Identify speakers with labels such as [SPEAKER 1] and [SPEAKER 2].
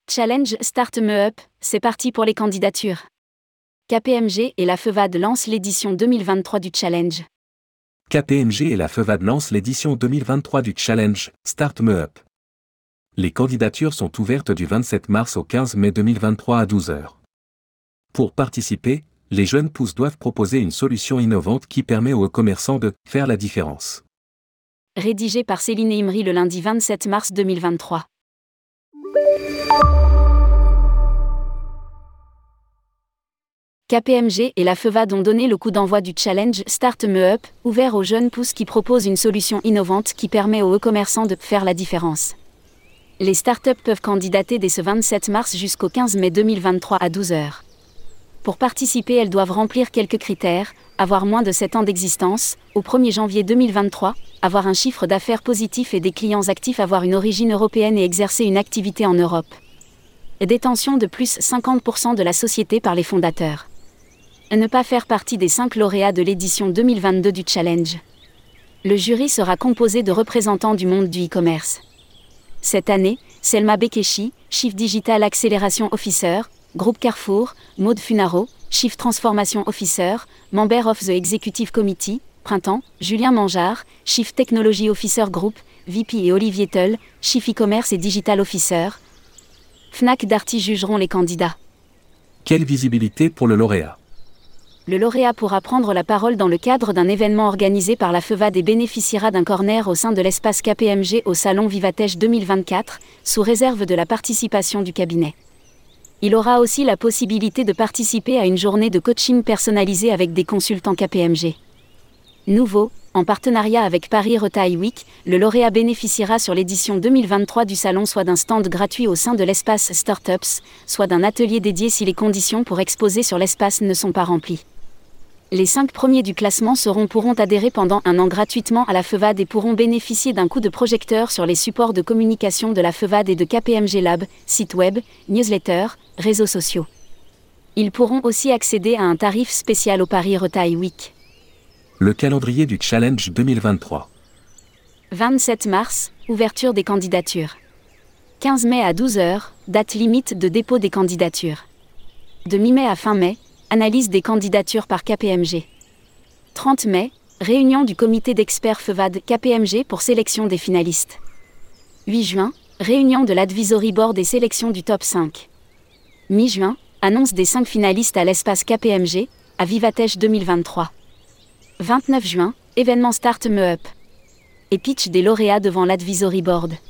[SPEAKER 1] Challenge Start Me Up, c'est parti pour les candidatures. KPMG et la FEVAD lancent l'édition 2023 du Challenge.
[SPEAKER 2] KPMG et la FEVAD lancent l'édition 2023 du Challenge Start Me Up. Les candidatures sont ouvertes du 27 mars au 15 mai 2023 à 12h. Pour participer, les jeunes pousses doivent proposer une solution innovante qui permet aux commerçants de faire la différence.
[SPEAKER 1] Rédigé par Céline Imri le lundi 27 mars 2023. KPMG et la FEVAD ont donné le coup d'envoi du Challenge Start Me Up, ouvert aux jeunes pousses qui proposent une solution innovante qui permet aux e-commerçants de faire la différence. Les startups peuvent candidater dès ce 27 mars jusqu'au 15 mai 2023 à 12h. Pour participer, elles doivent remplir quelques critères: avoir moins de 7 ans d'existence, au 1er janvier 2023, avoir un chiffre d'affaires positif et des clients actifs, avoir une origine européenne et exercer une activité en Europe. Détention de plus 50% de la société par les fondateurs. Ne pas faire partie des 5 lauréats de l'édition 2022 du Challenge. Le jury sera composé de représentants du monde du e-commerce. Cette année, Selma Bekeshi, Chief Digital Acceleration Officer, Groupe Carrefour, Maud Funaro, Chief Transformation Officer, Member of the Executive Committee, Printemps, Julien Mangeard, Chief Technology Officer Group, VP et Olivier Tull, Chief E-commerce et Digital Officer. Fnac Darty jugeront les candidats.
[SPEAKER 2] Quelle visibilité pour le lauréat?
[SPEAKER 1] Le lauréat pourra prendre la parole dans le cadre d'un événement organisé par la FEVAD et bénéficiera d'un corner au sein de l'espace KPMG au Salon Vivatech 2024, sous réserve de la participation du cabinet. Il aura aussi la possibilité de participer à une journée de coaching personnalisée avec des consultants KPMG. Nouveau, en partenariat avec Paris Retail Week, le lauréat bénéficiera sur l'édition 2023 du salon soit d'un stand gratuit au sein de l'espace Startups, soit d'un atelier dédié si les conditions pour exposer sur l'espace ne sont pas remplies. Les 5 premiers du classement pourront adhérer pendant un an gratuitement à la FEVAD et pourront bénéficier d'un coup de projecteur sur les supports de communication de la FEVAD et de KPMG Lab, site web, newsletter, réseaux sociaux. Ils pourront aussi accéder à un tarif spécial au Paris Retail Week.
[SPEAKER 2] Le calendrier du Challenge 2023.
[SPEAKER 1] 27 mars, ouverture des candidatures. 15 mai à 12h, date limite de dépôt des candidatures. De mi-mai à fin mai, analyse des candidatures par KPMG. 30 mai, réunion du comité d'experts FEVAD KPMG pour sélection des finalistes. 8 juin, réunion de l'Advisory Board et sélection du top 5. Mi-juin, annonce des 5 finalistes à l'espace KPMG, à Vivatech 2023. 29 juin, événement Start Me Up. Et pitch des lauréats devant l'Advisory Board.